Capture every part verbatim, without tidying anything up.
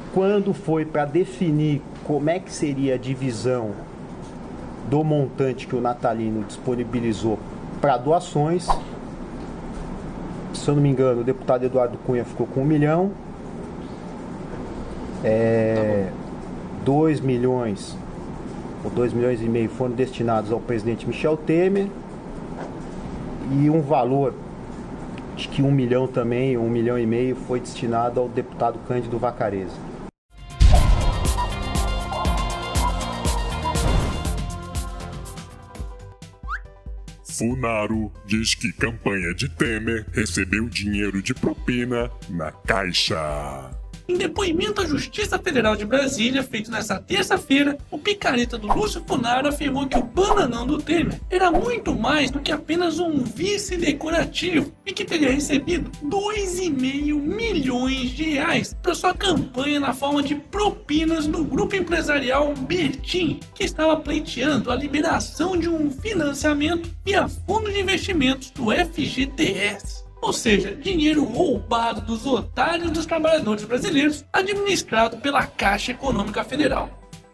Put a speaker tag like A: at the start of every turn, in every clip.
A: quando foi para definir como é que seria a divisão do montante que o Natalino disponibilizou para doações, se eu não me engano, o deputado Eduardo Cunha ficou com um milhão, é, dois milhões ou dois milhões e meio foram destinados ao presidente Michel Temer e um valor, acho que um milhão também, um milhão e meio foi destinado ao deputado Cândido Vacarezza.
B: Funaro diz que campanha de Temer recebeu dinheiro de propina na Caixa.
C: Em depoimento à Justiça Federal de Brasília, feito nesta terça-feira, o picareta do Lúcio Funaro afirmou que o bananão do Temer era muito mais do que apenas um vice decorativo e que teria recebido dois vírgula cinco milhões de reais para sua campanha na forma de propinas do grupo empresarial Bertin, que estava pleiteando a liberação de um financiamento via fundo de investimentos do F G T S. Ou seja, dinheiro roubado dos otários dos trabalhadores brasileiros, administrado pela Caixa Econômica Federal.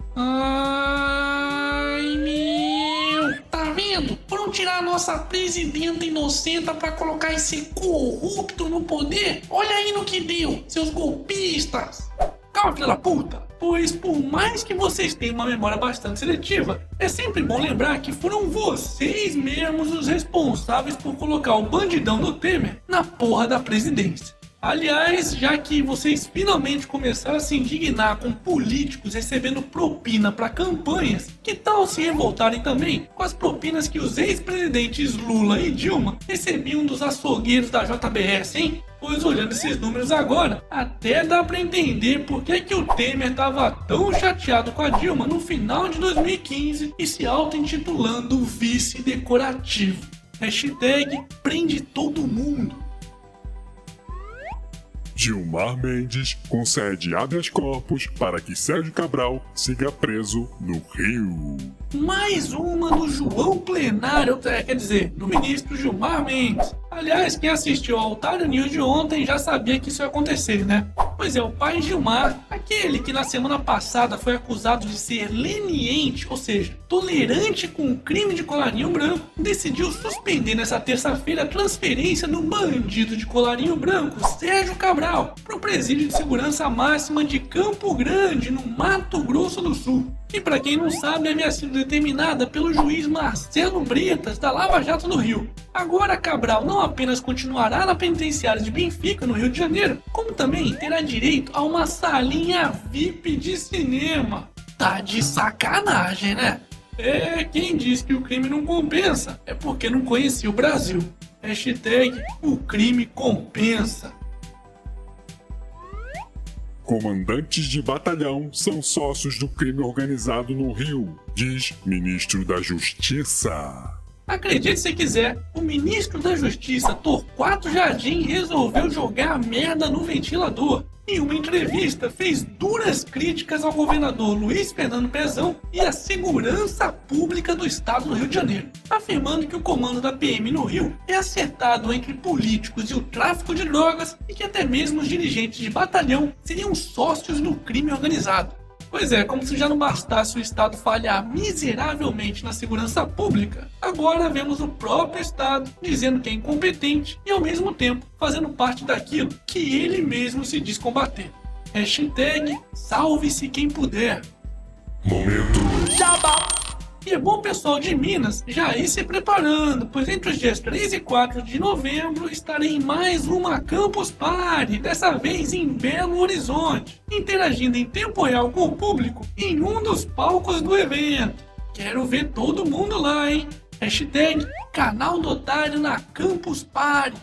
C: Ai meu, tá vendo? Foram tirar a nossa presidenta inocenta pra colocar esse corrupto no poder? Olha aí no que deu, seus golpistas! Calma, filha da puta! Pois por mais que vocês tenham uma memória bastante seletiva, é sempre bom lembrar que foram vocês mesmos os responsáveis por colocar o bandidão do Temer na porra da presidência. Aliás, já que vocês finalmente começaram a se indignar com políticos recebendo propina para campanhas, que tal se revoltarem também com as propinas que os ex-presidentes Lula e Dilma recebiam dos açougueiros da J B S, hein? Pois olhando esses números agora, até dá pra entender por que, que o Temer tava tão chateado com a Dilma no final de dois mil e quinze e se auto-intitulando vice decorativo. Hashtag prende todo mundo.
B: Gilmar Mendes concede habeas corpus para que Sérgio Cabral siga preso no Rio.
C: Mais uma do João Plenário, quer dizer, do ministro Gilmar Mendes. Aliás, quem assistiu ao Otário News de ontem já sabia que isso ia acontecer, né? Pois é, o pai Gilmar, aquele que na semana passada foi acusado de ser leniente, ou seja, tolerante com o crime de colarinho branco, decidiu suspender nessa terça-feira a transferência do bandido de colarinho branco, Sérgio Cabral, para o presídio de segurança máxima de Campo Grande, no Mato Grosso do Sul. E para quem não sabe, havia sido determinada pelo juiz Marcelo Bretas, da Lava Jato do Rio. Agora Cabral não apenas continuará na penitenciária de Benfica, no Rio de Janeiro, como também terá direito a uma salinha V I P de cinema. Tá de sacanagem, né? É, quem diz que o crime não compensa é porque não conhecia o Brasil. Hashtag o crime compensa.
B: Comandantes de batalhão são sócios do crime organizado no Rio, diz ministro da Justiça.
C: Acredite se quiser, o ministro da Justiça, Torquato Jardim, resolveu jogar merda no ventilador. Em uma entrevista, fez duras críticas ao governador Luiz Fernando Pezão e à segurança pública do estado do Rio de Janeiro, afirmando que o comando da P M no Rio é acertado entre políticos e o tráfico de drogas e que até mesmo os dirigentes de batalhão seriam sócios do crime organizado. Pois é, como se já não bastasse o Estado falhar miseravelmente na segurança pública, agora vemos o próprio Estado dizendo que é incompetente e ao mesmo tempo fazendo parte daquilo que ele mesmo se diz combater. Hashtag salve-se quem puder.
B: Momento
C: Jabá. E é bom o pessoal de Minas já ir se preparando, pois entre os dias três e quatro de novembro estarei em mais uma Campus Party, dessa vez em Belo Horizonte, interagindo em tempo real com o público em um dos palcos do evento. Quero ver todo mundo lá, hein? Hashtag canal do Otário na Campus Party.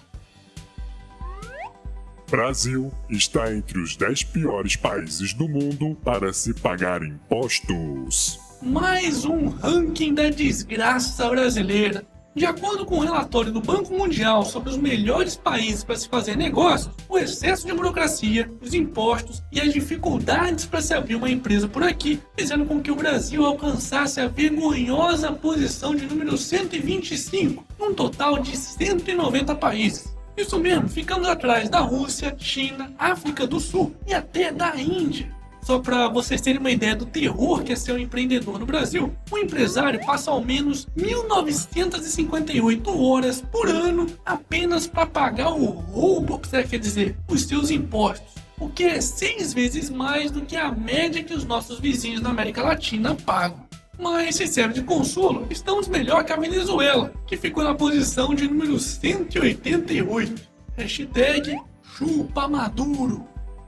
B: Brasil está entre os dez piores países do mundo para se pagar impostos.
C: Mais um ranking da desgraça brasileira. De acordo com o relatório do Banco Mundial sobre os melhores países para se fazer negócios, o excesso de burocracia, os impostos e as dificuldades para se abrir uma empresa por aqui fizeram com que o Brasil alcançasse a vergonhosa posição de número cento e vinte e cinco, num total de cento e noventa países. Isso mesmo, ficamos atrás da Rússia, China, África do Sul e até da Índia. Só para vocês terem uma ideia do terror que é ser um empreendedor no Brasil, um empresário passa ao menos mil novecentas e cinquenta e oito horas por ano apenas para pagar o roubo, que você quer dizer, os seus impostos, o que é seis vezes mais do que a média que os nossos vizinhos na América Latina pagam. Mas se serve de consolo, estamos melhor que a Venezuela, que ficou na posição de número cento e oitenta e oito. Hashtag chupa Maduro.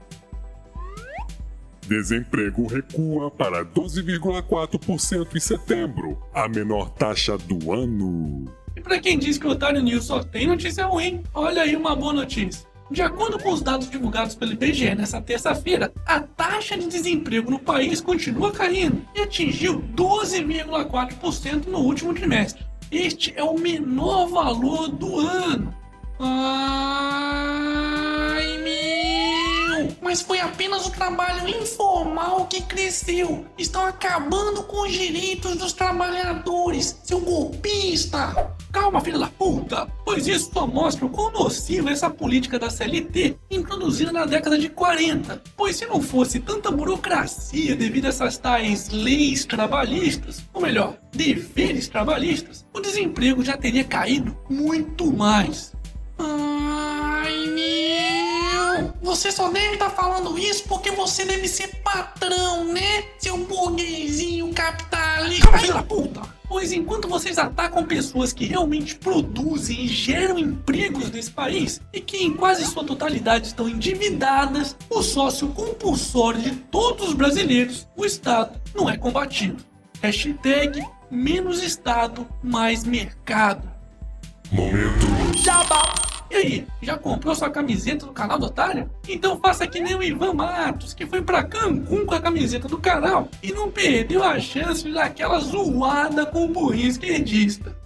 B: Desemprego recua para doze vírgula quatro por cento em setembro, a menor taxa do ano.
C: E para quem diz que o Otário News só tem notícia ruim, olha aí uma boa notícia. De acordo com os dados divulgados pelo I B G E nesta terça-feira, a taxa de desemprego no país continua caindo e atingiu doze vírgula quatro por cento no último trimestre. Este é o menor valor do ano. Ai, meu! Mas foi apenas o trabalho informal que cresceu. Estão acabando com os direitos dos trabalhadores, seu golpista! Calma, filha da puta! Pois isso só mostra o quão nociva é essa política da C L T introduzida na década de quarenta. Pois se não fosse tanta burocracia devido a essas tais leis trabalhistas, ou melhor, deveres trabalhistas, o desemprego já teria caído muito mais. Ai, meu! Você só deve estar falando isso porque você deve ser patrão, né? Seu burguesinho capitalista. Calma, filha da puta! Pois enquanto vocês atacam pessoas que realmente produzem e geram empregos nesse país e que em quase sua totalidade estão endividadas, o sócio compulsório de todos os brasileiros, o Estado, não é combatido. Hashtag menos Estado, mais mercado.
B: Momento
C: Jabá! E aí, já comprou sua camiseta do canal do Otário? Então faça que nem o Ivan Matos, que foi pra Cancún com a camiseta do canal e não perdeu a chance de dar aquela zoada com o burrinho esquerdista.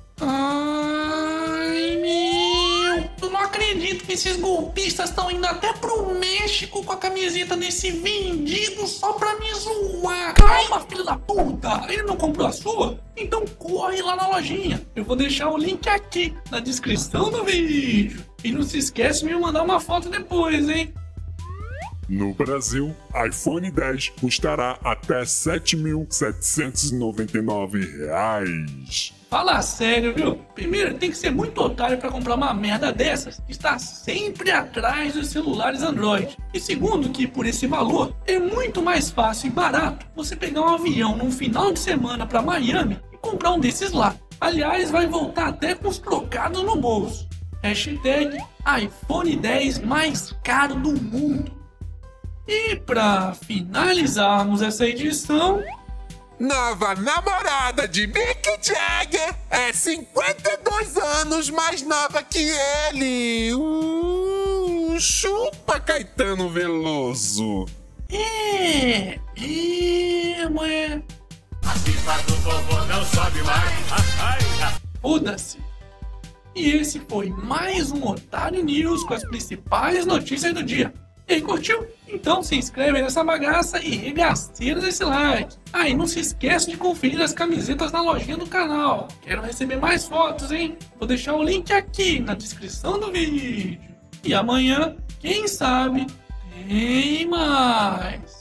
C: Ai, meu! Eu não acredito que esses golpistas estão indo até pro México com a camiseta desse vendido só pra me zoar. Calma, filho da puta! Ele não comprou a sua? Então corre lá na lojinha. Eu vou deixar o link aqui na descrição do vídeo. E não se esquece de me mandar uma foto depois, hein?
B: No Brasil, iPhone dez custará até sete mil setecentos e noventa e nove reais.
C: Fala sério, viu? Primeiro, tem que ser muito otário pra comprar uma merda dessas. Está sempre atrás dos celulares Android. E segundo, que por esse valor, é muito mais fácil e barato você pegar um avião num final de semana pra Miami e comprar um desses lá. Aliás, vai voltar até com os trocados no bolso. Hashtag iPhone dez mais caro do mundo. E pra finalizarmos essa edição...
D: Nova namorada de Mick Jagger é cinquenta e dois anos mais nova que ele. Uh, chupa Caetano Veloso.
C: É, é, ué.
E: A pipa do vovô não sobe mais.
C: Foda-se. E esse foi mais um Otário News com as principais notícias do dia. E aí, curtiu? Então se inscreve aí nessa bagaça e regaceira desse like. Ah, e não se esquece de conferir as camisetas na lojinha do canal. Quero receber mais fotos, hein? Vou deixar o link aqui na descrição do vídeo. E amanhã, quem sabe, tem mais.